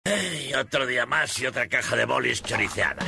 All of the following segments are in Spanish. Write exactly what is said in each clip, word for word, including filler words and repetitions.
Y otro día más y otra caja de bolis choriceada.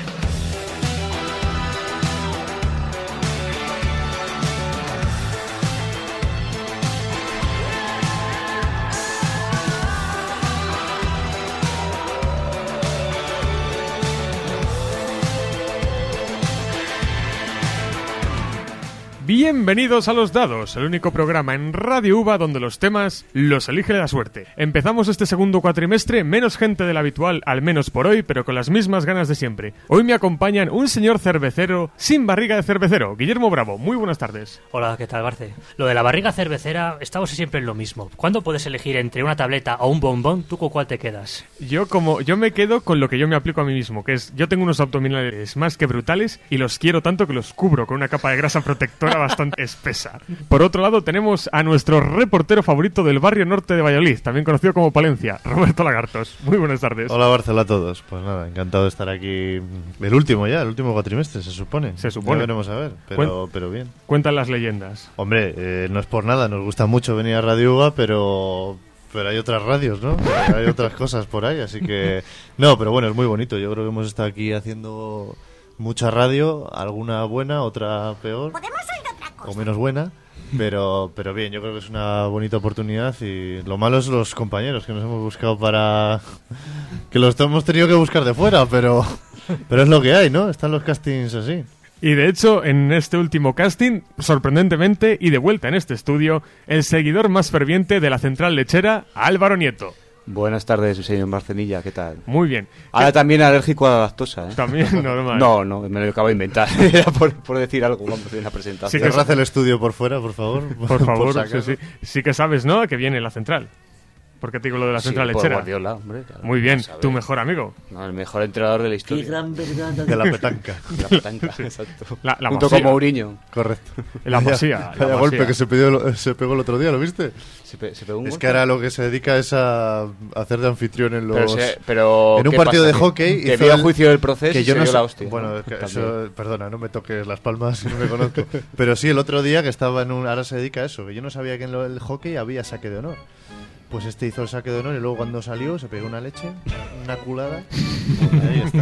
Bienvenidos a Los Dados, el único programa en Radio Uva donde los temas los elige la suerte. Empezamos este segundo cuatrimestre, menos gente de la habitual, al menos por hoy, pero con las mismas ganas de siempre. Hoy me acompañan un señor cervecero sin barriga de cervecero, Guillermo Bravo. Muy buenas tardes. Hola, ¿qué tal, Barce? Lo de la barriga cervecera, estamos siempre en lo mismo. ¿Cuándo puedes elegir entre una tableta o un bombón? ¿Tú con cuál te quedas? Yo como yo me quedo con lo que yo me aplico a mí mismo, que es, yo tengo unos abdominales más que brutales y los quiero tanto que los cubro con una capa de grasa protectora bastante espesa. Por otro lado tenemos a nuestro reportero favorito del barrio norte de Valladolid, también conocido como Palencia, Roberto Lagartos. Muy buenas tardes. Hola, Barcelona a todos. Pues nada, encantado de estar aquí. El último ya, el último cuatrimestre, se supone. Se supone. Ya veremos a ver, pero, Cuen- pero bien. Cuentan las leyendas. Hombre, eh, no es por nada, nos gusta mucho venir a Radio Uva, pero... Pero hay otras radios, ¿no? Hay otras cosas por ahí, así que... No, pero bueno, es muy bonito. Yo creo que hemos estado aquí haciendo mucha radio, alguna buena, otra peor. ¿Podemos oír otra cosa? O menos buena, pero pero bien, yo creo que es una bonita oportunidad y lo malo es los compañeros que nos hemos buscado para... que los hemos tenido que buscar de fuera, pero pero es lo que hay, ¿no? Están los castings así. Y de hecho, en este último casting, sorprendentemente y de vuelta en este estudio, el seguidor más ferviente de la central lechera, Álvaro Nieto. Buenas tardes, señor Marcenilla, ¿qué tal? Muy bien. Ahora también alérgico a la lactosa, ¿eh? También normal. No, no, me lo acabo de inventar. Era por, por decir algo, vamos, en la presentación. Sí que Cerrad el estudio por fuera, por favor. Por favor, si acaso. sí, sí. Sí que sabes, ¿no?, que viene la central. ¿Por qué te digo lo de la Sí, central por lechera? Guardiola, hombre, claro. Muy bien, Sabe. tu mejor amigo. No, el mejor entrenador de la Qué historia. gran verdad. De la petanca. La petanca, exacto. La, la Junto Masía. con Mourinho. Correcto. La Masía, la Vaya golpe Masía. que se, pidió, se pegó el otro día, ¿lo viste? Se, pe- se pegó un Es golpe. que ahora lo que se dedica es a hacer de anfitrión en los... Pero, se- pero en un ¿qué partido pasa? de hockey Que hizo vio a el- juicio del proceso que y yo se no dio sé- la hostia. Bueno, ¿no? es que También. eso, perdona, no me toques las palmas, no me conozco. Pero sí, el otro día que estaba en un... Ahora se dedica a eso, que yo no sabía que en lo- el hockey había saque de honor. Pues este hizo el saque de honor y luego cuando salió se pegó una leche, una culada. Pues ahí está.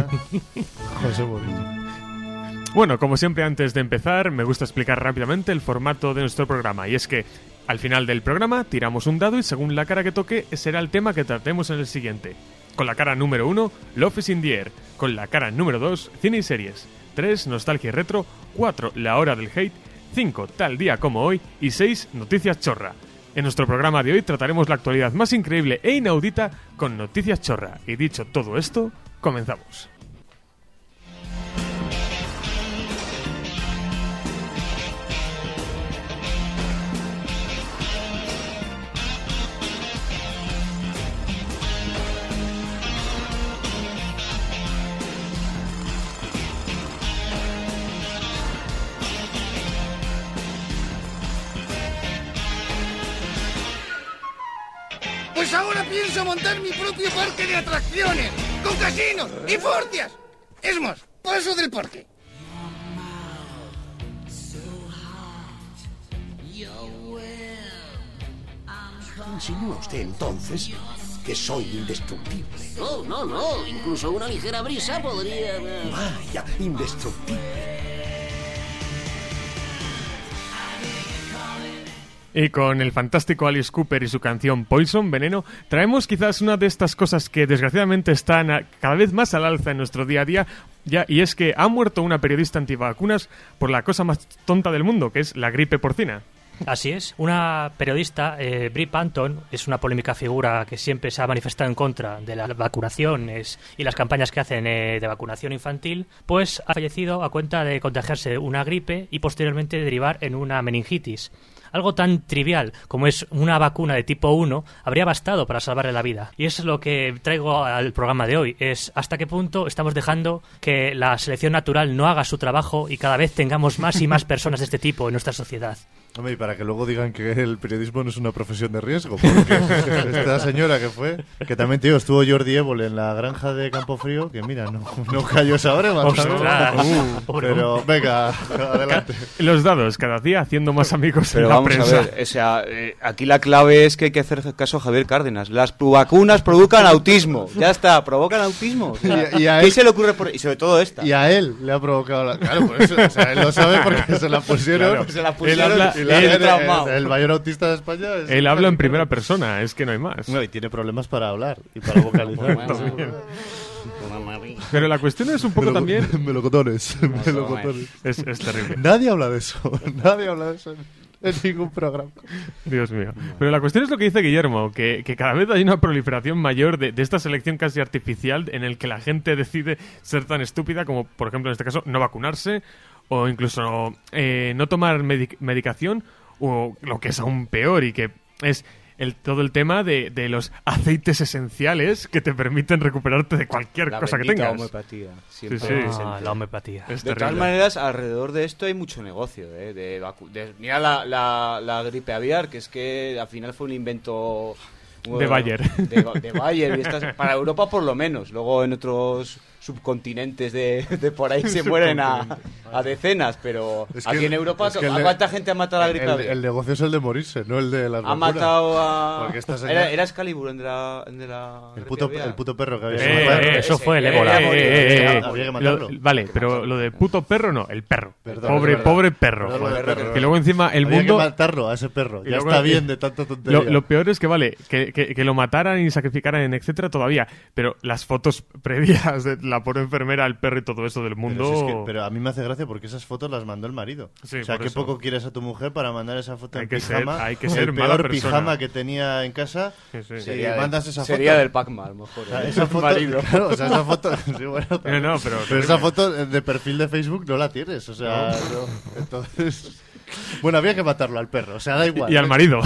José Mourinho. Bueno, como siempre, antes de empezar, me gusta explicar rápidamente el formato de nuestro programa. Y es que, al final del programa, tiramos un dado y según la cara que toque, será el tema que tratemos en el siguiente. Con la cara número uno, Love is in the Air. Con la cara número dos, cine y series. tres, nostalgia y retro. cuatro, la hora del hate. cinco, tal día como hoy. Y seis, noticias chorra. En nuestro programa de hoy trataremos la actualidad más increíble e inaudita con Noticias Chorra. Y dicho todo esto, comenzamos. Pues ahora pienso montar mi propio parque de atracciones, con casinos y fortias. Es más, paso del parque. ¿Insinúa usted entonces que soy indestructible? No, no, no. Incluso una ligera brisa podría... eh, Vaya, indestructible. Y con el fantástico Alice Cooper y su canción Poison, Veneno, traemos quizás una de estas cosas que desgraciadamente están a- cada vez más al alza en nuestro día a día, ya, y es que ha muerto una periodista antivacunas por la cosa más tonta del mundo, que es la gripe porcina. Así es. Una periodista, eh, Bri Panton, es una polémica figura que siempre se ha manifestado en contra de las vacunaciones y las campañas que hacen eh, de vacunación infantil, pues ha fallecido a cuenta de contagiarse de una gripe y posteriormente derivar en una meningitis. Algo tan trivial como es una vacuna de tipo uno habría bastado para salvarle la vida. Y eso es lo que traigo al programa de hoy, es hasta qué punto estamos dejando que la selección natural no haga su trabajo y cada vez tengamos más y más personas de este tipo en nuestra sociedad. Hombre, y para que luego digan que el periodismo no es una profesión de riesgo, porque esta señora que fue, que también, tío, estuvo Jordi Évole en la granja de Campofrío, que mira, no, no cayó esa breva. Uh, pero venga, adelante. Los dados, cada día haciendo más amigos Pero en la vamos prensa. a ver, o sea, eh, aquí la clave es que hay que hacer caso a Javier Cárdenas. Las vacunas provocan autismo. Ya está, provocan autismo. O sea, Y- y a ¿qué él- se le ocurre? Por... Y sobre todo esta. Y a él le ha provocado la... Claro, por eso, o sea, él lo sabe porque se la pusieron. Claro, se la Él pusieron habla- y Y la la- él- han traumado. el, el mayor autista de España es... Él habla en primera persona, es que no hay más. No, y tiene problemas para hablar y para vocalizar. Pero la cuestión es un poco también... Melocotones, melocotones. Es, es terrible. Nadie habla de eso, nadie habla de eso en, en ningún programa. Dios mío. Pero la cuestión es lo que dice Guillermo, que, que cada vez hay una proliferación mayor de, de esta selección casi artificial en el que la gente decide ser tan estúpida como, por ejemplo, en este caso, no vacunarse o incluso eh, no tomar medic- medicación o lo que es aún peor y que es el, todo el tema de, de los aceites esenciales que te permiten recuperarte de cualquier La cosa que bendita tengas. homeopatía. Siempre Sí, sí. presente. Ah, la homeopatía. Es De todas terrible. maneras, alrededor de esto hay mucho negocio. ¿eh? De vacu- de- mira la, la, la gripe aviar, que es que al final fue un invento... De Bayer. De, de Bayer. Y estas- para Europa por lo menos. Luego en otros subcontinentes de, de por ahí se mueren a, a decenas. Pero Es que aquí el- en Europa, es que el ¿a de- cuánta gente ha matado la gripe El, aviar? el negocio es el de morirse, no el de las Ha vacunas. matado a... Porque esta señora- Era, era Excalibur el de la, el de la El gripe puto, aviar. el puto perro que había. Eh, matado. eh, Eso fue el eh, ébola. Eh, eh, eh, eh, Habría que lo- matarlo. vale, pero lo de puto perro no, el perro. Perdón, pobre, es verdad. pobre perro. Perdón, joder. lo de perro. Que luego encima el Había mundo... que matarlo a ese perro. Y Ya luego- está y- bien de tanta tontería. Lo, lo peor es que, vale, que, que, que lo mataran y sacrificaran, etcétera, todavía. Pero las fotos previas de la pobre enfermera, el perro y todo eso del mundo... Pero, si es que- pero a mí me hace gracia porque esas fotos las mandó el marido. Sí, o sea, por qué eso. poco quieres a tu mujer para mandar esa foto Hay en que ser- pijama. hay que ser el mala peor persona. pijama que tenía en casa. Sí, sí. Y Sería del- mandas esa sería foto. del Pac-Man, a lo mejor. O sea, ¿eh? esa El foto, marido. claro, o sea, esa foto, sí, bueno, No, no, pero- pero esa foto de perfil de Facebook no la tienes, o sea, no. Entonces, bueno, había que matarlo al perro, o sea, da igual. Y al marido.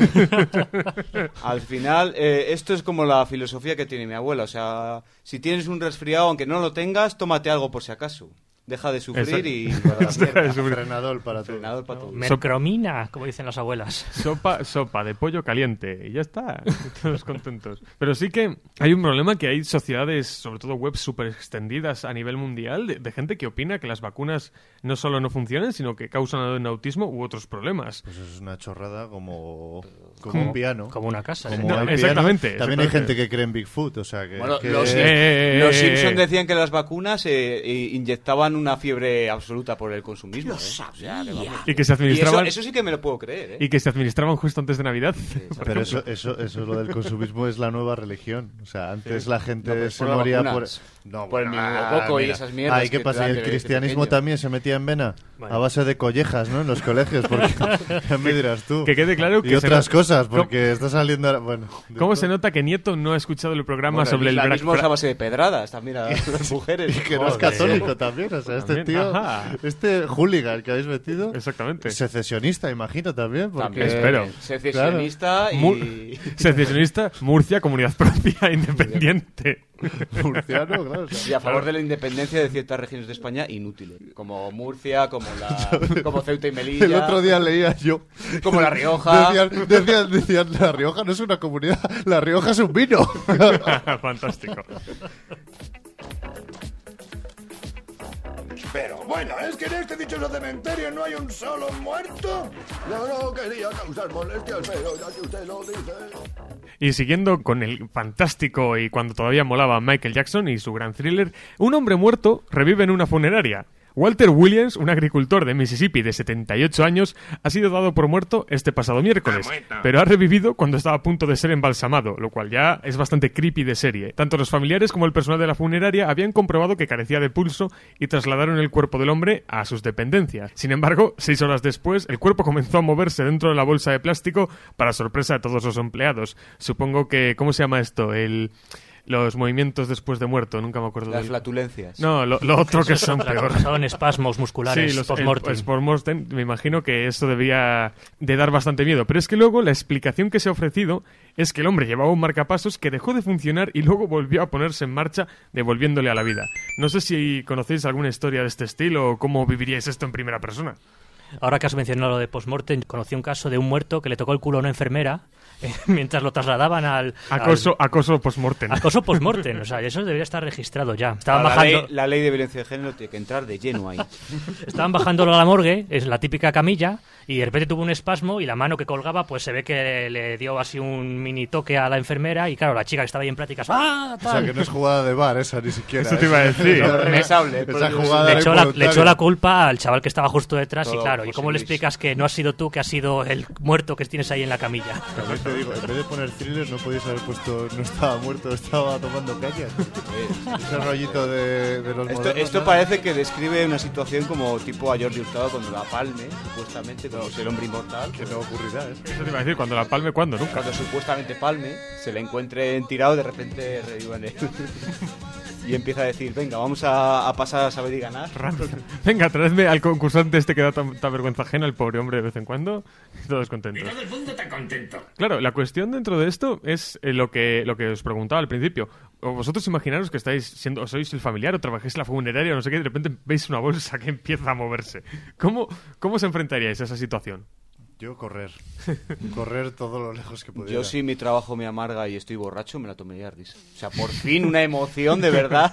Al final, eh, esto es como la filosofía que tiene mi abuela. O sea, si tienes un resfriado, aunque no lo tengas, tómate algo por si acaso. Deja de sufrir Exacto. y... Deja de sufrir. Frenador para todo. Frenador para todo. Mercromina, como dicen las abuelas. Sopa, sopa de pollo caliente. Y ya está. Todos contentos. Pero sí que hay un problema que hay sociedades, sobre todo webs súper extendidas a nivel mundial, de, de gente que opina que las vacunas no solo no funcionan, sino que causan autismo u otros problemas. Pues eso es una chorrada como, como un piano. Como una casa. Como ¿sí? No, el piano. exactamente, También hay exactamente. gente que cree en Bigfoot, o sea que... Bueno, que- los, Eh, eh, los eh, Simpson eh. decían que las vacunas eh, eh, inyectaban una fiebre absoluta por el consumismo. Lo ¿eh? sabía. Y que se Y eso, administraban... eso sí que me lo puedo creer. ¿eh? Y que se administraban justo antes de Navidad. por Pero ejemplo. eso, eso, eso lo del consumismo es la nueva religión. O sea, antes la gente No, pero se por las moría por... vacunas. No, Por el bueno, meningococo y mira. esas mierdas Ay, ¿qué que pasa? te ¿Y dan el de- de cristianismo pequeño? también se metía en vena? Bueno. A base de collejas, ¿no? En los colegios, porque ya me dirás tú. Que quede claro que Y se otras no- cosas, porque está saliendo... ahora- Bueno, de ¿Cómo todo. se nota que Nieto no ha escuchado el programa Bueno, sobre el Black islamismo es a Friday? base de pedradas también a las mujeres. Y que no es Joder. católico también, o sea, este También, tío, ajá. este hooligan que habéis metido, Exactamente. secesionista, imagino también, porque... También. Espero. Secesionista Mu- y... Secesionista, Murcia, comunidad propia, independiente. murciano, claro. o sea, Y a favor de la independencia de ciertas regiones de España inútiles, como Murcia, como la, como Ceuta y Melilla, el otro día leía yo... como La Rioja. Decían, decían, decían, La Rioja no es una comunidad, La Rioja es un vino. Fantástico. Pero bueno, es que en este dichoso cementerio no hay un solo muerto. No, no quería causar molestias, pero ya que usted lo dice... Y siguiendo con el fantástico y cuando todavía molaba Michael Jackson y su gran thriller, un hombre muerto revive en una funeraria. Walter Williams, un agricultor de Mississippi de setenta y ocho años, ha sido dado por muerto este pasado miércoles, pero ha revivido cuando estaba a punto de ser embalsamado, lo cual ya es bastante creepy de serie. Tanto los familiares como el personal de la funeraria habían comprobado que carecía de pulso y trasladaron el cuerpo del hombre a sus dependencias. Sin embargo, seis horas después, el cuerpo comenzó a moverse dentro de la bolsa de plástico para sorpresa de todos los empleados. Supongo que... ¿Cómo se llama esto? El... Los movimientos después de muerto, nunca me acuerdo Las del- flatulencias. No, lo, lo otro que son peor. Son espasmos musculares Sí, los post-mortem. el- post-mortem, me imagino que esto debía de dar bastante miedo. Pero es que luego la explicación que se ha ofrecido es que el hombre llevaba un marcapasos que dejó de funcionar y luego volvió a ponerse en marcha, devolviéndole a la vida. No sé si conocéis alguna historia de este estilo o cómo viviríais esto en primera persona. Ahora que has mencionado lo de postmortem, conocí un caso de un muerto que le tocó el culo a una enfermera eh, mientras lo trasladaban al... Acoso, al, acoso postmortem. Acoso postmortem, o sea, eso debería estar registrado ya. Estaban la, bajando... ley, la ley de violencia de género tiene que entrar de lleno ahí. Estaban bajándolo a la morgue, es la típica camilla, y de repente tuvo un espasmo y la mano que colgaba, pues se ve que le dio así un mini toque a la enfermera y claro, la chica que estaba ahí en prácticas, ¡ah, tal! O sea, que no es jugada de bar esa, ni siquiera. Eso te iba a decir. Responsable. Esa jugada Le echó, la, involuntaria. le echó la culpa al chaval que estaba justo detrás Todo y claro, ¿y José cómo le Luis. explicas que no has sido tú, que has sido el muerto que tienes ahí en la camilla? También te digo, en vez de poner thriller no podías haber puesto no estaba muerto, estaba tomando cañas. Ese rollito de, de los Esto, modernos, esto ¿no? parece que describe una situación como tipo a Jordi Hurtado cuando la palme, supuestamente, como es el hombre inmortal. Que no ocurrirá, ¿eh? Eso te iba a decir, cuando la palme, ¿cuándo? Nunca. Cuando supuestamente palme, se le encuentre tirado, de repente reviva en él. Y empieza a decir, venga, vamos a, a pasar a saber y ganar. Rápido. Venga, traedme al concursante este que da tanta vergüenza ajena, el pobre hombre, de vez en cuando, y todos contentos. Todo el mundo está contento. Claro, la cuestión dentro de esto es eh, lo que lo que os preguntaba al principio. O vosotros imaginaros que estáis siendo, o sois el familiar o trabajáis en la funeraria o no sé qué, y de repente veis una bolsa que empieza a moverse. ¿Cómo, cómo os enfrentaríais a esa situación? Yo correr. Correr todo lo lejos que pudiera. Yo si mi trabajo me amarga y estoy borracho, me la tomaría a risa. O sea, por fin una emoción de verdad.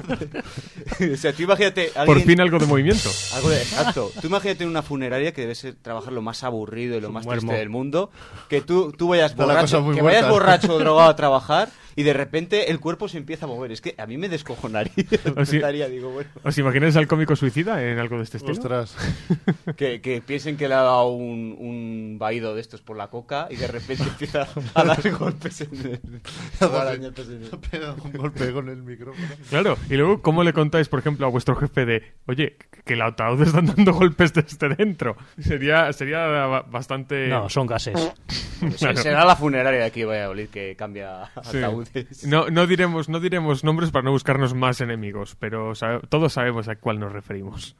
O sea, tú imagínate... Alguien... Por fin algo de movimiento. Algo de, exacto. Tú imagínate en una funeraria que debe ser trabajar lo más aburrido y lo más triste del mundo, que tú, tú vayas Está la cosa borracho, muy que muerta. vayas borracho o drogado a trabajar y de repente el cuerpo se empieza a mover. Es que a mí me descojonaría. O si- Empezaría, digo, bueno, ¿Os imagináis al cómico suicida en algo de este estilo? Ostras. que, que piensen que le ha dado un, un vaído de estos por la coca y de repente empieza a dar golpes en el... o arañazos en el- Pega un golpe con el micrófono. Claro, y luego, ¿cómo le contáis, por ejemplo, a vuestro jefe de, oye, que el ataúd están dando golpes desde dentro? Sería, sería ba- bastante... No, son gases. Claro. Será la funeraria de aquí de Valladolid que cambia Sí. ataúdes. No, no diremos, no diremos nombres para no buscarnos más enemigos, pero sabe- todos sabemos a cuál nos referimos.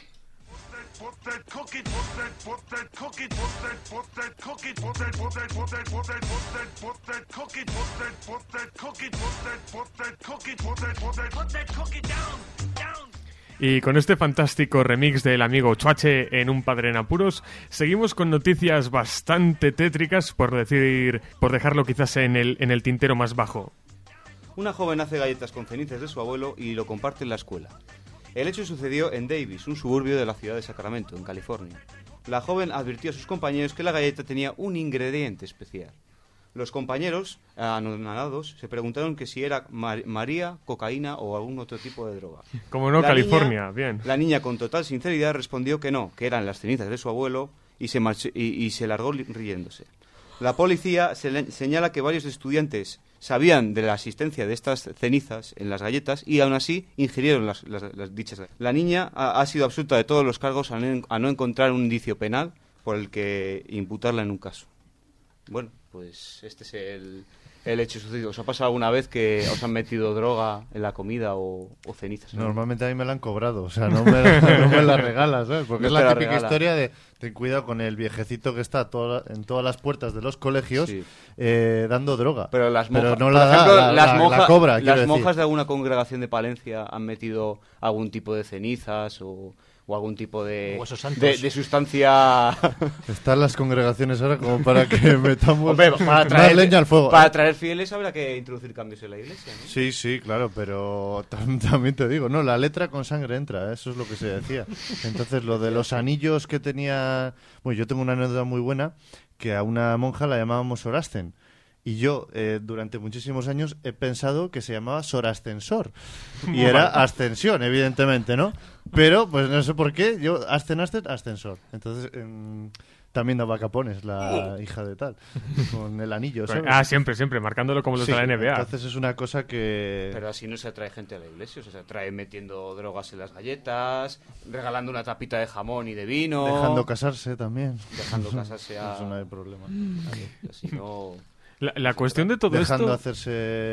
Y con este fantástico remix del amigo Chuache en Un padre en apuros, seguimos con noticias bastante tétricas, por decir, por dejarlo quizás en el, en el tintero más bajo. Una joven hace galletas con cenizas de su abuelo y lo comparte en la escuela. El hecho sucedió en Davis, un suburbio de la ciudad de Sacramento, en California. La joven advirtió a sus compañeros que la galleta tenía un ingrediente especial. Los compañeros, anonadados, se preguntaron que si era mar- María, cocaína o algún otro tipo de droga. Como no, La California, niña- bien. La niña, con total sinceridad, respondió que no, que eran las cenizas de su abuelo y se, marchó- y, y se largó li- riéndose. La policía se le- señala que varios estudiantes sabían de la existencia de estas cenizas en las galletas y aún así ingirieron las, las- las dichas galletas. La niña ha, ha sido absuelta de todos los cargos a no, a no encontrar un indicio penal por el que imputarla en un caso. Bueno, pues este es el, el hecho sucedido. ¿Os ha pasado alguna vez que os han metido droga en la comida o, o cenizas? ¿no? Normalmente a mí me la han cobrado, o sea, no me la, no me la regalas, ¿sabes? Porque No es te la la típica regala. historia de ten cuidado con el viejecito que está toda- en todas las puertas de los colegios Sí. eh, dando droga. Pero las monjas, no por la da, ejemplo, la, las, la- monja- la cobra, las quiero decir. monjas de alguna congregación de Palencia han metido algún tipo de cenizas o, o algún tipo de, Huesos santos. de, de sustancia. Están las congregaciones ahora como para que metamos Hombre, para más traer, leña al fuego. para traer fieles habrá que introducir cambios en la iglesia, ¿no? Sí, sí, claro, pero tam- también te digo, no, la letra con sangre entra, ¿eh? Eso es lo que se decía. Entonces, lo de los anillos que tenía... Bueno, yo tengo una anécdota muy buena, que a una monja la llamábamos Sorasten. Y yo, eh, durante muchísimos años, he pensado que se llamaba Sorascensor. Y era ascensión, evidentemente, ¿no? Pero, pues no sé por qué, yo, Ascen, Ascen, ascensor. Entonces, em, también daba capones la hija de tal, con el anillo, ¿sabes? Ah, siempre, siempre, marcándolo como los Sí, de la N B A. Entonces es una cosa que... Pero así no se atrae gente a la iglesia, o sea, se atrae metiendo drogas en las galletas, regalando una tapita de jamón y de vino, Dejando casarse también. dejando casarse a... Eso no hay problema. Así no... La, la cuestión de todo Dejando esto... hacerse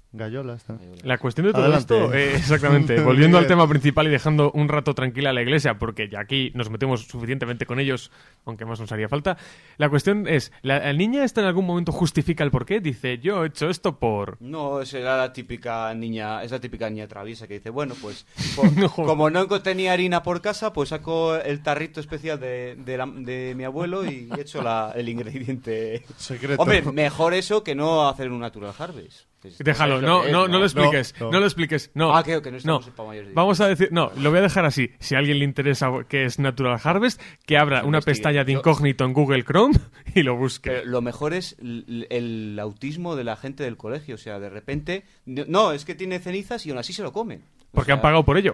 Gallolas. ¿no? La cuestión de todo Adelante. esto, eh, exactamente, volviendo al tema principal y dejando un rato tranquila a la iglesia, porque ya aquí nos metemos suficientemente con ellos, aunque más nos haría falta. La cuestión es, ¿la, la niña esta en algún momento justifica el porqué? Dice, yo he hecho esto por... No, será la típica niña, es la típica niña traviesa que dice, bueno, pues po- No. como no tenía harina por casa, pues saco el tarrito especial de, de, la- de mi abuelo y he hecho la- el ingrediente. Secreto. Hombre, mejor eso que no hacer un natural harvest. Pues, Déjalo, ¿sabes lo no, que es, no, no lo expliques, no, No, no. lo expliques, no. Ah, creo que no estamos no. para mayores de Vamos a decir, no, lo voy a dejar así. Si a alguien le interesa qué es Natural Harvest, que abra Se una investigue. pestaña de Yo- incógnito en Google Chrome y lo busque. Pero lo mejor es el, el autismo de la gente del colegio. O sea, de repente... No, es que tiene cenizas y aún así se lo comen. O Porque sea, han pagado por ello.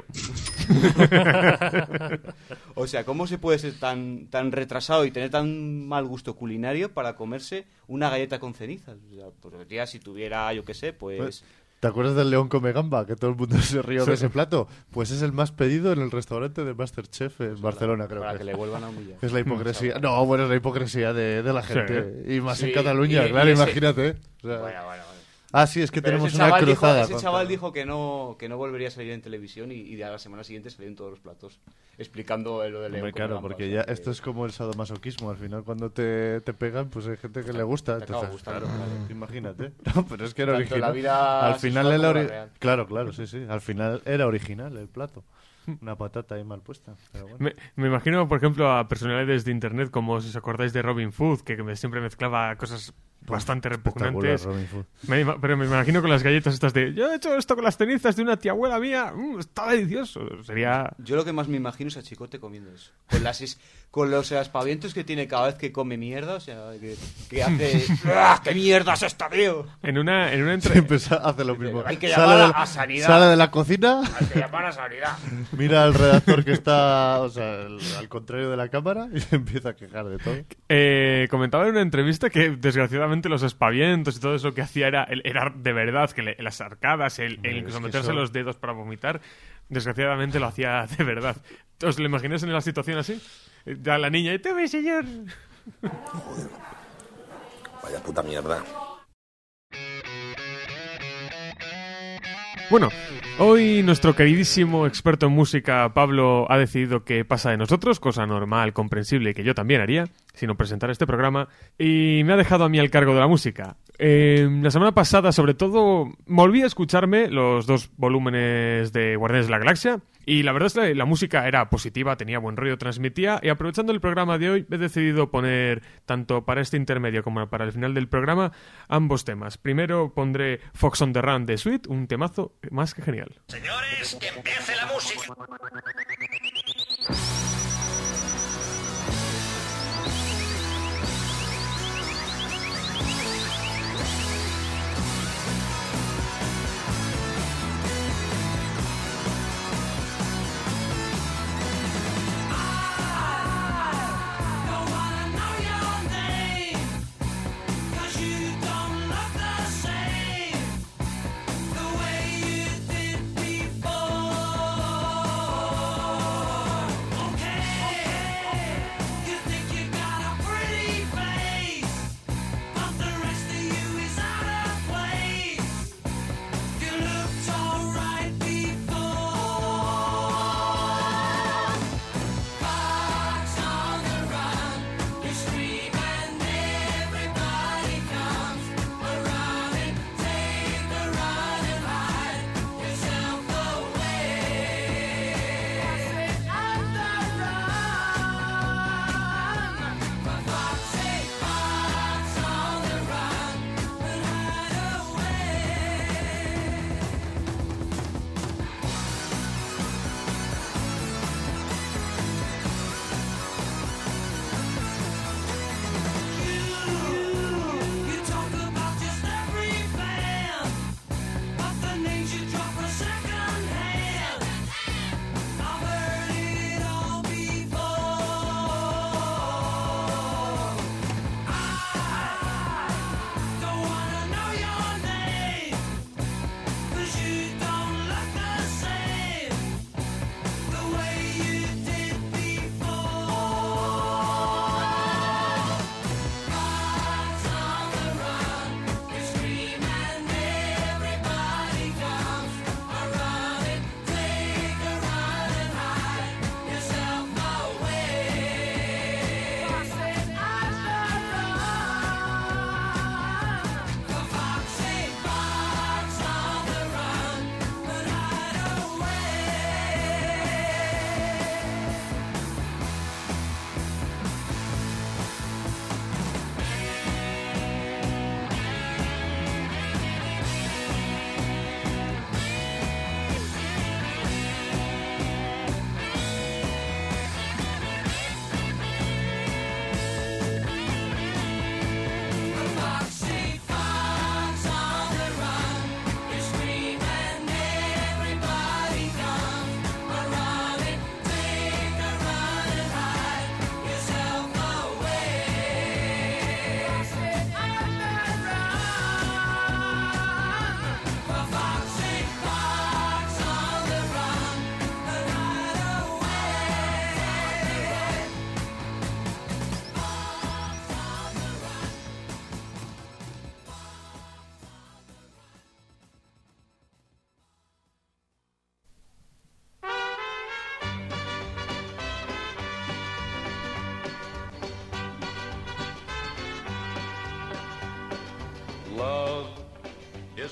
O sea, ¿cómo se puede ser tan, tan retrasado y tener tan mal gusto culinario para comerse una galleta con cenizas? O sea, pues ya si tuviera, yo qué sé, pues... Pues, ¿te acuerdas del león come gamba? Que todo el mundo se rió Sí. de ese plato. Pues es el más pedido en el restaurante de Masterchef en Barcelona, creo para que que es. le vuelvan a humillar. Es la hipocresía. No, bueno, es la hipocresía de, de la Sí. gente. Y más Sí, en Cataluña, y- claro, y ese- imagínate. ¿eh? O sea, Bueno, bueno, bueno. Ah, sí, es que Pero tenemos ese una chaval dijo- cruzada. ese contra- chaval dijo que no, que no volvería a salir en televisión y, y a la semana siguiente salieron todos los platos explicando lo de León. Hombre, con claro, gambas, porque o ya sea, esto es como el sadomasoquismo. Al final, cuando te, te pegan, pues hay gente que le gusta. te acaba Entonces, gustando, claro, claro. imagínate. No, pero es que era Tanto original. la vida Al final sexual era como la ori- real. Claro, claro, sí, sí. Al final era original el plato. Una patata ahí mal puesta. Pero bueno. Me, me imagino, por ejemplo, a personalidades de internet, como si os acordáis de Robin Food, que, que me- siempre mezclaba cosas bastante Espectacular, repugnantes. Robin Hood. Me ima- pero me imagino con las galletas estas de yo he hecho esto con las cenizas de una tía abuela mía, mm, está delicioso. Sería... Yo lo que más me imagino es a Chicote comiendo eso. Con, las es- con los aspavientos que tiene cada vez que come mierda, o sea, que, que hace... ¡Ah, qué mierda es esta, tío! En una, en una entre... Siempre sa- hace lo mismo. Hay que Sale llamar del- a sanidad. Sale de la cocina, Hay que llamar a sanidad. mira al redactor que está, o sea, el- al contrario de la cámara y se empieza a quejar de todo. Eh, comentaba en una entrevista que desgraciadamente los aspavientos y todo eso que hacía era, era de verdad, que le- las arcadas, el, el es incluso que meterse eso- los dedos para vomitar, desgraciadamente lo hacía de verdad. ¿Os lo imagináis en la situación así? Eh, Ya la niña, ¡te ve, señor! Vaya puta mierda. Bueno, hoy nuestro queridísimo experto en música, Pablo, ha decidido que pasa de nosotros, cosa normal, comprensible y que yo también haría, si no presentara este programa, y me ha dejado a mí al cargo de la música. Eh, la semana pasada, sobre todo, volví a escucharme los dos volúmenes de Guardianes de la Galaxia, y la verdad es que la música era positiva, tenía buen rollo, transmitía, y aprovechando el programa de hoy he decidido poner, tanto para este intermedio como para el final del programa, ambos temas. Primero pondré Fox on the Run de Sweet, un temazo más que genial. Señores, que empiece la música. The way you did before.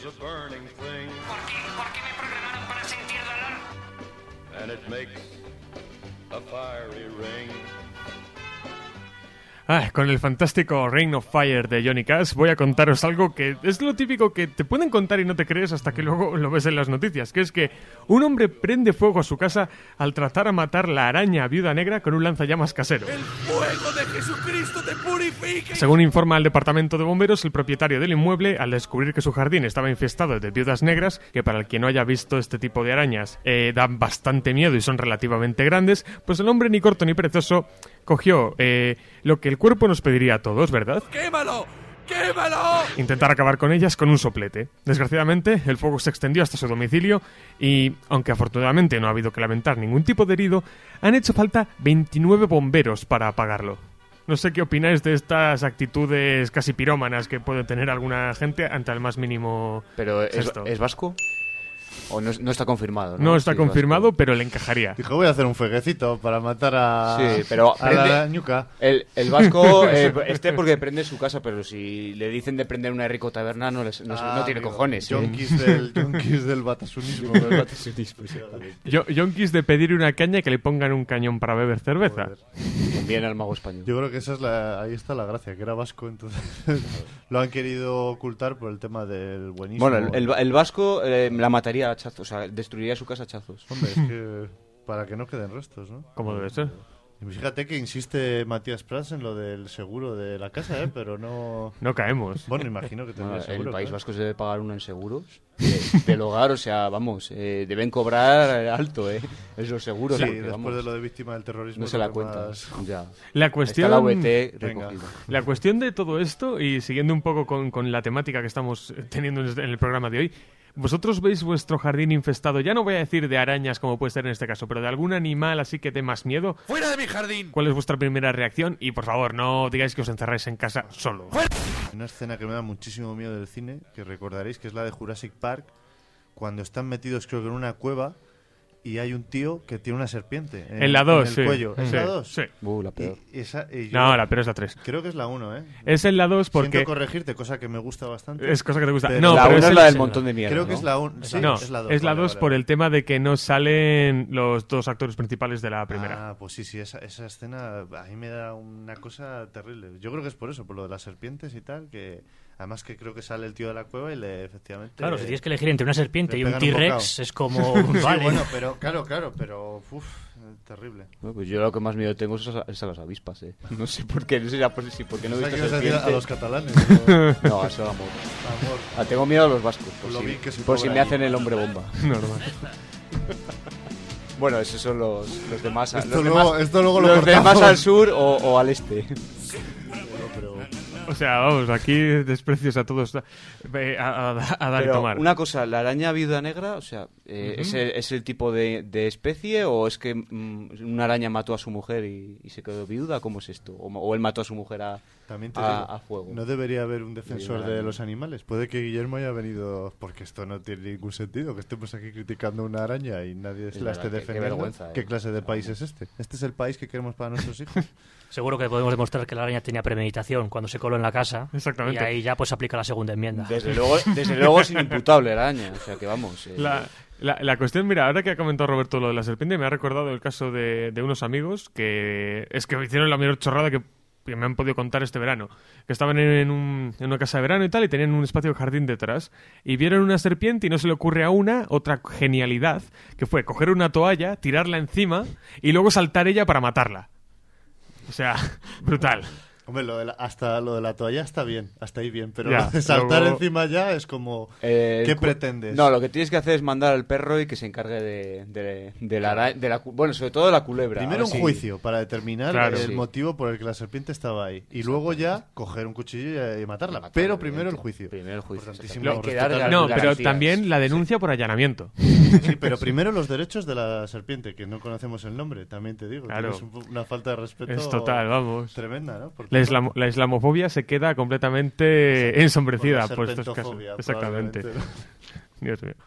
is a burning thing. ¿Por qué? ¿Por qué me programaron para sentir dolor? And it makes a fiery ring. Ah, con el fantástico Ring of Fire de Johnny Cash voy a contaros algo que es lo típico que te pueden contar y no te crees hasta que luego lo ves en las noticias, que es que un hombre prende fuego a su casa al tratar a matar la araña viuda negra con un lanzallamas casero. ¡El fuego de Jesucristo te purifique! Según informa el departamento de bomberos, el propietario del inmueble, al descubrir que su jardín estaba infestado de viudas negras, que para el que no haya visto este tipo de arañas eh, dan bastante miedo y son relativamente grandes, pues el hombre ni corto ni perezoso cogió eh, lo que el cuerpo nos pediría a todos, ¿verdad? ¡Quémalo! ¡Quémalo! Intentar acabar con ellas con un soplete. Desgraciadamente, el fuego se extendió hasta su domicilio y, aunque afortunadamente no ha habido que lamentar ningún tipo de herido, han hecho falta veintinueve bomberos para apagarlo. No sé qué opináis de estas actitudes casi pirómanas que puede tener alguna gente ante el más mínimo Pero ¿es, gesto. ¿es vasco? ¿O no, no está confirmado? No, No está Sí, confirmado, vasco. pero le encajaría. Dijo, voy a hacer un fueguecito para matar a, Sí, pero a prende- la ñuca. El, el vasco, eh, este porque prende su casa, pero si le dicen de prender una rico taberna, no, les- no, Ah, no tiene amigo, cojones. ¿eh? Yonkis del, yonkis del batasunismo. Yo, yonkis de pedir una caña y que le pongan un cañón para beber cerveza. Joder. También al mago español. Yo creo que esa es la, ahí está la gracia, que era vasco, entonces lo han querido ocultar por el tema del buenísimo. Bueno, el, el- el vasco eh, la mataría a hachazos, o sea, destruiría su casa a hachazos. Hombre, es que para que no queden restos, ¿no? Como debe ser. Y fíjate que insiste Matías Prats en lo del seguro de la casa, ¿eh? Pero no... No caemos. Bueno, imagino que tendría Bueno, seguro. el País claro. Vasco se debe pagar uno en seguros de- del hogar, o sea, vamos, eh, deben cobrar alto, ¿eh? Esos seguros. Sí, porque, después vamos, de lo de víctima del terrorismo... no es se lo la que cuenta. más- Ya. La Está cuestión... la V T Venga. recogida. La cuestión de todo esto, y siguiendo un poco con, con la temática que estamos teniendo en el programa de hoy, ¿vosotros veis vuestro jardín infestado? Ya no voy a decir de arañas como puede ser en este caso, pero de algún animal así que dé más miedo. ¡Fuera de mi jardín! ¿Cuál es vuestra primera reacción? Y por favor, no digáis que os encerráis en casa solo. Una escena que me da muchísimo miedo del cine, que recordaréis que es la de Jurassic Park, cuando están metidos creo que en una cueva y hay un tío que tiene una serpiente en, En la dos, en el sí. cuello. ¿Es Sí, la dos? sí. Uh, la peor. Y esa- y yo- No, la pero es la tres. Creo que es la uno, ¿eh? Es en la dos porque... Siento corregirte, cosa que me gusta bastante. Es cosa que te gusta. Pero- No, la pero uno es el- la del montón de mierda. Creo que ¿no? es la uno. Sí, no, es la dos. es la vale, dos vale, por vale. el tema de que no salen los dos actores principales de la primera. Ah, pues sí, sí, esa, esa escena a mí me da una cosa terrible. Yo creo que es por eso, por lo de las serpientes y tal, que además que creo que sale el tío de la cueva y le efectivamente... Claro, si tienes que elegir entre una serpiente le y un pegan un T-Rex, bocado. es como... Sí, vale. bueno, pero claro, claro, pero uf, terrible. Bueno, pues yo lo que más miedo tengo es a, es a las avispas, ¿eh? No sé por qué, no sé ya por, si porque no he O sea, visto que ibas a decir serpiente. a los catalanes. ¿no? No, a eso amor. Amor. Ah, tengo miedo a los vascos, por, Lo si, vi que se por si cobra me ahí. hacen el hombre bomba. Normal. Bueno, esos son los, los demás. Esto los luego- demás, esto luego lo los cortamos. demás al sur o, o al este. O sea, vamos, aquí desprecios a todos. eh, A, a- a dar y Pero tomar. una cosa, la araña viuda negra, o sea, eh, ¿es, el, ¿es el tipo de, de especie o es que mm, una araña mató a su mujer y, y se quedó viuda? ¿Cómo es esto? ¿O, o él mató a su mujer a, También te a, digo, a fuego? no debería haber un defensor Viva de la- los animales. Puede que Guillermo haya venido, porque esto no tiene ningún sentido, que estemos aquí criticando una araña y nadie Es la verdad, esté qué- qué defendiendo. vergüenza, ¿eh? ¿Qué clase de país es este? ¿Este es el país que queremos para nuestros hijos? Seguro que podemos demostrar que la araña tenía premeditación cuando se coló en la casa. Exactamente. Y ahí ya pues aplica la segunda enmienda. Desde luego, desde luego es inimputable la araña, o sea que vamos. eh, La, la, la cuestión, mira, ahora que ha comentado Roberto lo de la serpiente, me ha recordado el caso de, de unos amigos que es que hicieron la mayor chorrada que, que me han podido contar este verano. Que estaban en, un- en una casa de verano y tal, y tenían un espacio de jardín detrás. Y vieron una serpiente y no se le ocurre a una otra genialidad, que fue coger una toalla, tirarla encima y luego saltar ella para matarla. O sea, brutal. Hombre, lo de la- hasta lo de la toalla está bien, hasta ahí bien, pero Ya, lo de saltar luego- encima ya es como... eh, ¿Qué cu- pretendes? No, lo que tienes que hacer es mandar al perro y que se encargue de, de, de la, ara- de la cu- bueno, sobre todo de la culebra. Primero A un ver si- juicio para determinar Claro, el sí. motivo por el que la serpiente estaba ahí. Y luego ya coger un cuchillo y, y matarla. Y matarla, pero primero el evidentemente. juicio. Primero el juicio, Importantísimo exactamente. Hay que respetar- darle No, pero garantías. también la denuncia por allanamiento. Sí, pero primero los derechos de la serpiente, que no conocemos el nombre, también te digo. Claro. Es una falta de respeto Es total, vamos. tremenda, ¿no? Por La, tu islamo- parte. la islamofobia se queda completamente ensombrecida Por por la estos casos. serpentofobia, Exactamente. probablemente. Dios mío.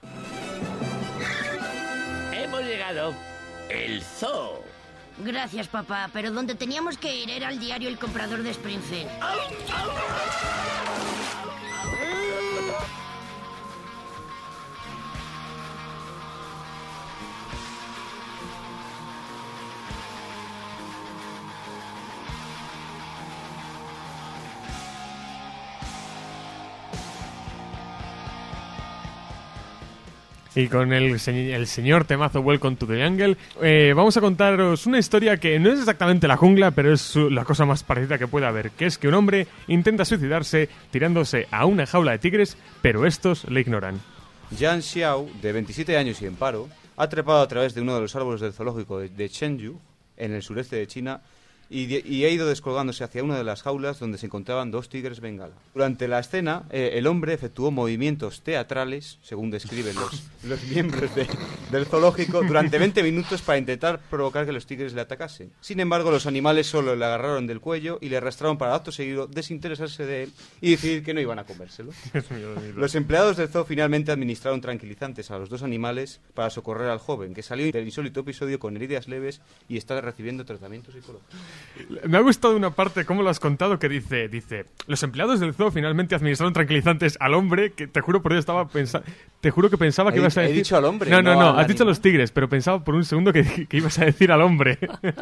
Hemos llegado. El zoo. Gracias, papá, pero donde teníamos que ir era al diario El Comprador de Springfield. Y con el, se- el señor temazo Welcome to the Jungle, eh, vamos a contaros una historia que no es exactamente la jungla, pero es su- la cosa más parecida que puede haber, que es que un hombre intenta suicidarse tirándose a una jaula de tigres, pero estos le ignoran. Yan Xiao, de veintisiete años y en paro, ha trepado a través de uno de los árboles del zoológico de, de Chengdu, en el sureste de China, y, de- y ha ido descolgándose hacia una de las jaulas donde se encontraban dos tigres bengala. Durante la escena, eh, el hombre efectuó movimientos teatrales, según describen los, los miembros de- del zoológico, durante veinte minutos para intentar provocar que los tigres le atacasen. Sin embargo, los animales solo le agarraron del cuello y le arrastraron para acto seguido desinteresarse de él y decidir que no iban a comérselo. Los empleados del zoo finalmente administraron tranquilizantes a los dos animales para socorrer al joven, que salió del insólito episodio con heridas leves y está recibiendo tratamiento psicológico. Me ha gustado una parte, cómo lo has contado, que dice, dice, los empleados del zoo finalmente administraron tranquilizantes al hombre, que te juro por Dios estaba pensando, te juro que pensaba que He ibas a di- he decir... dicho al hombre, No, no, no no, al has dicho a animal. los tigres, pero pensaba por un segundo que, que ibas a decir al hombre.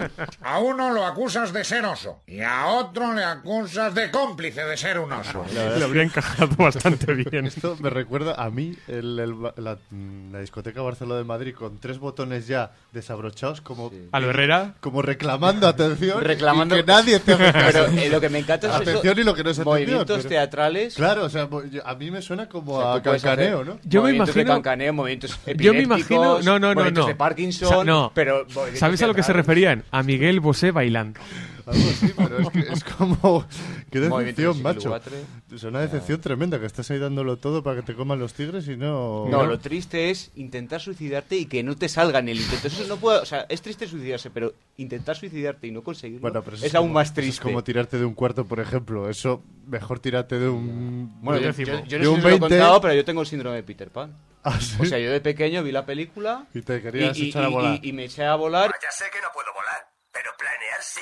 A uno lo acusas de ser oso y a otro le acusas de cómplice de ser un oso. Lo habría encajado bastante bien. Esto me recuerda a mí, el, el- la, la discoteca Barcelona de Madrid, con tres botones ya desabrochados, como, ¿A lo Herrera? como reclamando atención. Reclamando- y que nadie te haga caso. Pero eh, lo que me encanta es Atención eso, y lo que no es atención, movimientos pero- teatrales. Claro, o sea, mo- yo- a mí me suena como O sea, a tú puedes cancaneo, hacer ¿no? Yo me movimientos imagino- de cancaneo, movimientos Yo me epilépticos, imagino... No, no, no, movimientos no. de Parkinson, Sa- no. pero movimientos ¿Sabes a lo que se teatrales. referían? A Miguel Bosé bailando. Algo así, pero es, que es como... Qué Movimientos decepción, de macho. Silvatre. Es una decepción tremenda, que estás ahí dándolo todo para que te coman los tigres y no... No, lo triste es intentar suicidarte y que no te salga en el intento. Eso no puede, o sea, es triste suicidarse, pero intentar suicidarte y no conseguirlo Bueno, pero eso es, aún como- más eso triste. Es como tirarte de un cuarto, por ejemplo. Eso, mejor tirarte de un... Bueno, de yo, un yo, décimo. yo De no sé un si os lo he veinte. contado, pero yo tengo el síndrome de Peter Pan. ¿Ah, sí? O sea, yo de pequeño vi la película Y te querías y, y- echar a y- volar. y- y me eché a volar Ya sé que no puedo volar, pero planear sí.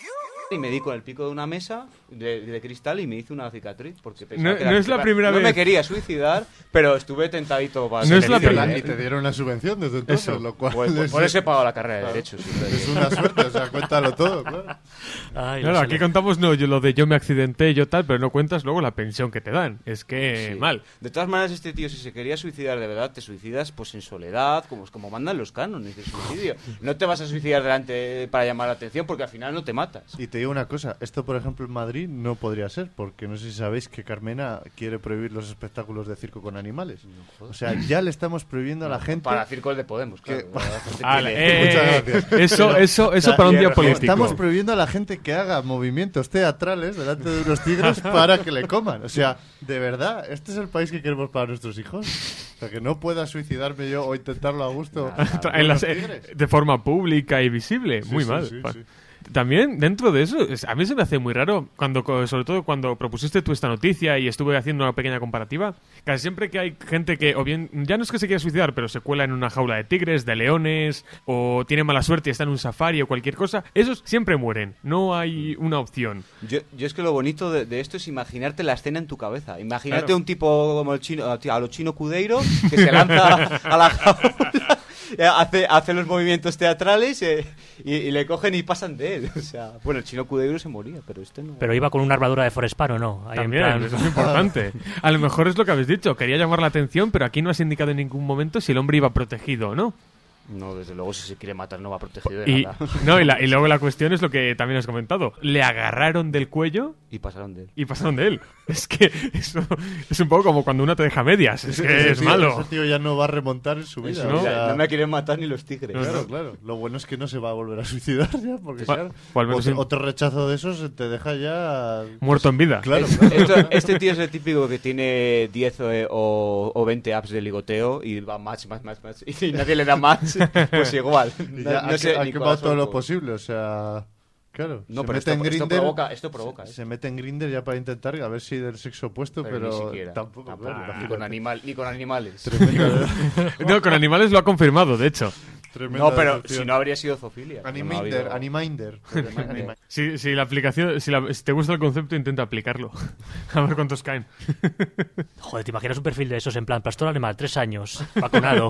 y me di con el pico de una mesa de, de cristal y me hice una cicatriz porque pensaba No- que era- no es la primera no vez. me quería suicidar, pero estuve tentadito para No es la hacer el- primera- Y te dieron una subvención desde entonces, Eso. lo cual Pues, por, es, por eso he pagado la carrera de Derecho. sí, pero- es una suerte, o sea, cuéntalo todo, claro. Ay, Claro, no aquí sé. contamos no, yo lo de yo me accidenté, yo tal, pero no cuentas luego la pensión que te dan. Es que Sí. mal. De todas maneras, este tío, si se quería suicidar de verdad, te suicidas pues en soledad, como, como mandan los cánones de suicidio. No te vas a suicidar delante para llamar la atención porque al final no te matas. Y te digo una cosa, esto por ejemplo en Madrid no podría ser, porque no sé si sabéis que Carmena quiere prohibir los espectáculos de circo con animales. O sea, ya le estamos prohibiendo a la gente... Para circos de Podemos, claro. que- La gente Ale, tiene- eh, Muchas gracias. Eso, eso, eso O sea, para un y día el- político. Estamos prohibiendo a la gente que haga movimientos teatrales delante de unos tigres para que le coman. O sea, de verdad, ¿este es el país que queremos para nuestros hijos? O sea, que no pueda suicidarme yo o intentarlo a gusto. Tra- en las- eh, de forma pública y visible. Sí, Muy sí, mal. sí, Pa- sí. También, dentro de eso, es- a mí se me hace muy raro, cuando co- sobre todo cuando propusiste tú esta noticia y estuve haciendo una pequeña comparativa, casi siempre que hay gente que, o bien, ya no es que se quiera suicidar, pero se cuela en una jaula de tigres, de leones, o tiene mala suerte y está en un safari o cualquier cosa, esos siempre mueren. No hay una opción. Yo, yo es que lo bonito de, de esto es imaginarte la escena en tu cabeza. Imagínate Claro. un tipo como el chino, a lo chino Cudeiro, que se lanza a la jaula, eh, hace, hace los movimientos teatrales eh, y, y le cogen y pasan de él. O sea, bueno, el chino Cudeiro se moría, pero este no. Pero iba con una armadura de Forespar o no. Ahí en También, plan- eso es importante. A lo mejor es lo que habéis dicho, quería llamar la atención, pero aquí no has indicado en ningún momento si el hombre iba protegido o no. No, desde luego, si se quiere matar no va protegido de Y, nada. no, y, la- y luego la cuestión es lo que también has comentado. Le agarraron del cuello Y pasaron de él. y pasaron de él. Es que eso es un poco como cuando uno te deja a medias. Es que Ese es tío- malo. Ese tío ya no va a remontar en su En vida. su o vida, sea, no me quieren matar ni los tigres. Claro, claro. Lo bueno es que no se va a volver a suicidar ya, porque O- claro, o al menos otro, en- otro rechazo de esos te deja ya... Muerto en vida. Claro, Es- claro. esto- este tío es el típico que tiene diez o, o, o veinte apps de ligoteo y va match, match, match, match y nadie le da match, pues igual. Y No- ya no ha, sé que- ha ni quemado corazón, todo lo pues. posible, o sea... Claro, No, se pero mete esto- en esto Grindr, provoca- esto provoca, se ¿eh? mete en Grindr ya para intentar a ver si del sexo opuesto, Pero pero, ni siquiera. tampoco, Tampoco, claro, ni, imagínate. con animal, ni con animales. Tremenda, No, con animales lo ha confirmado, de hecho. tremenda No, pero decepción. si no habría sido zoofilia. No ha Animander, habido- Animander. Anima- Si, si la aplicación, si, la- si te gusta el concepto, intenta aplicarlo. A ver cuántos caen. Joder, ¿te imaginas un perfil de esos en plan pastor alemán, tres años, vacunado?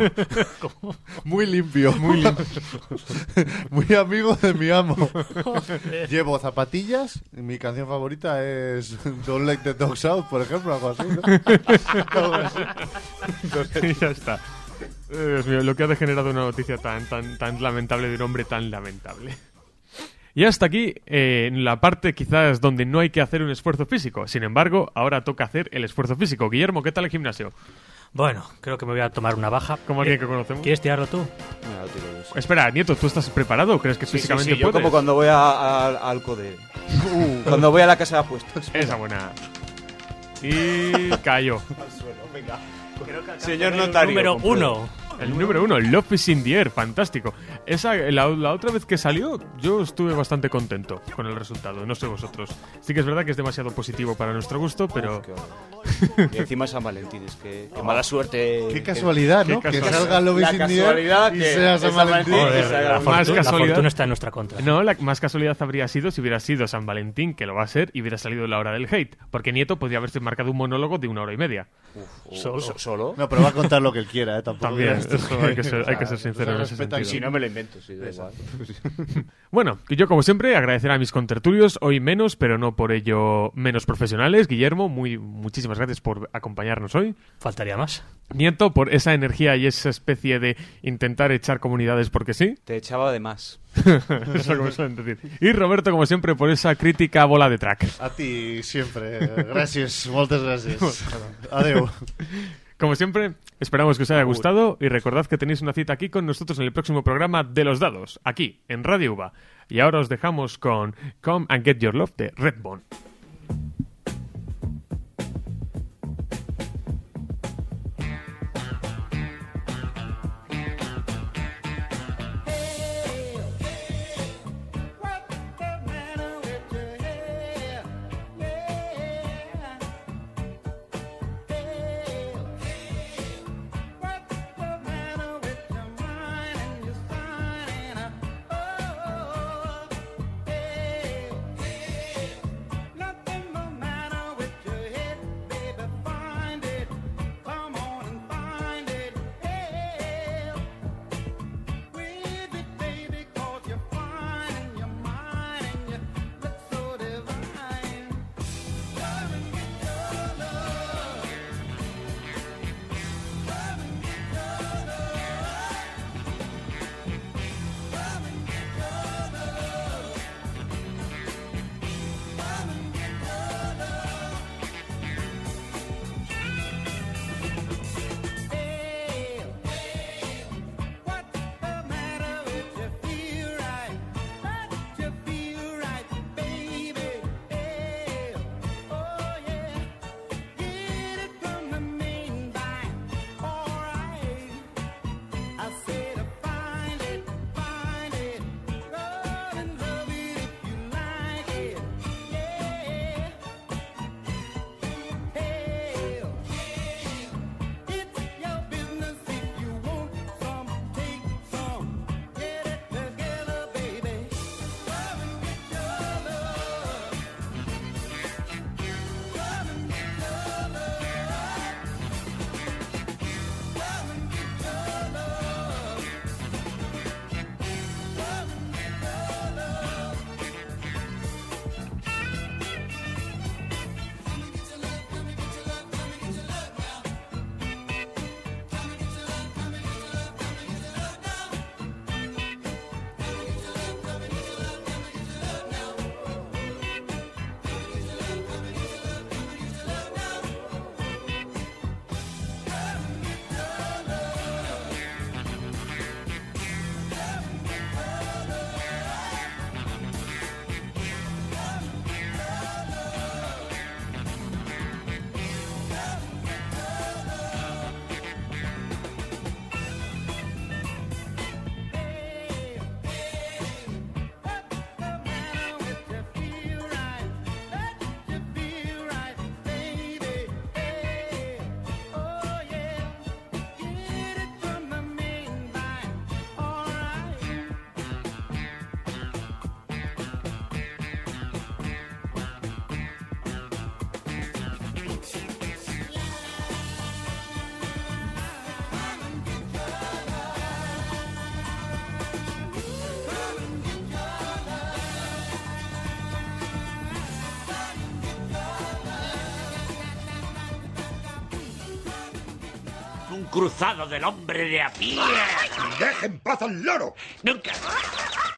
Muy limpio. Muy limpio. Muy amigo de mi amo. Llevo zapatillas. y Mi canción favorita es Don't Let the Dogs Out, por ejemplo, algo así, ¿no? Algo así. Y ya está. Eh, Dios mío, lo que ha degenerado una noticia tan, tan, tan lamentable de un hombre tan lamentable. Y hasta aquí, eh, en la parte quizás donde no hay que hacer un esfuerzo físico. Sin embargo, ahora toca hacer el esfuerzo físico. Guillermo, ¿qué tal el gimnasio? Bueno, creo que me voy a tomar una baja. Como alguien que conocemos. ¿Quieres tirarlo tú? Mira, lo tiro yo, sí. Espera, Nieto, ¿tú estás preparado o crees que Sí, físicamente sí, sí, yo puedes? como cuando voy a, a- al CODE. Uh. Cuando voy a la casa de apuestas. Esa buena. Y cayó. Señor notario. Número compruebo. uno. El número uno, Love is in the Air, fantástico. Esa, la, la otra vez que salió, yo estuve bastante contento con el resultado, no sé vosotros. Sí que es verdad que es demasiado positivo para nuestro gusto, pero... Uf, qué horror. Y encima San Valentín, es que, que mala suerte. Qué casualidad, ¿no? Qué Que casualidad. salga Love is La in the Air casualidad y que sea es San San Valentín. Valentín. Joder, que salga la, un- más fortuna, la casualidad. fortuna está en nuestra contra. No, la más casualidad habría sido si hubiera sido San Valentín, que lo va a ser, y hubiera salido la hora del hate. Porque Nieto podría haberse marcado un monólogo de una hora y media. Uf, Solo. so- ¿Solo? No, pero va a contar lo que él quiera, ¿eh? Tampoco También, creas tú eso hay que ser- hay que ser sincero en ese respeta sentido. Si no me lo invento, sí, da igual. Bueno, que yo como siempre agradecer a mis contertulios, hoy menos, pero no por ello menos profesionales. Guillermo, muy muchísimas gracias por acompañarnos hoy. Faltaría más. Nieto, por esa energía y esa especie de intentar echar comunidades porque sí. Te echaba de más. Eso como suelen decir. Y Roberto, como siempre, por esa crítica bola de track. A ti siempre. Gracias, moltes gracias. Adeu. Como siempre, esperamos que os haya gustado y recordad que tenéis una cita aquí con nosotros en el próximo programa de Los Dados, aquí, en Radio Uva. Y ahora os dejamos con Come and Get Your Love de Redbone. Nothing but cruzado del hombre de a pie. ¡Deje en paz al loro! Nunca.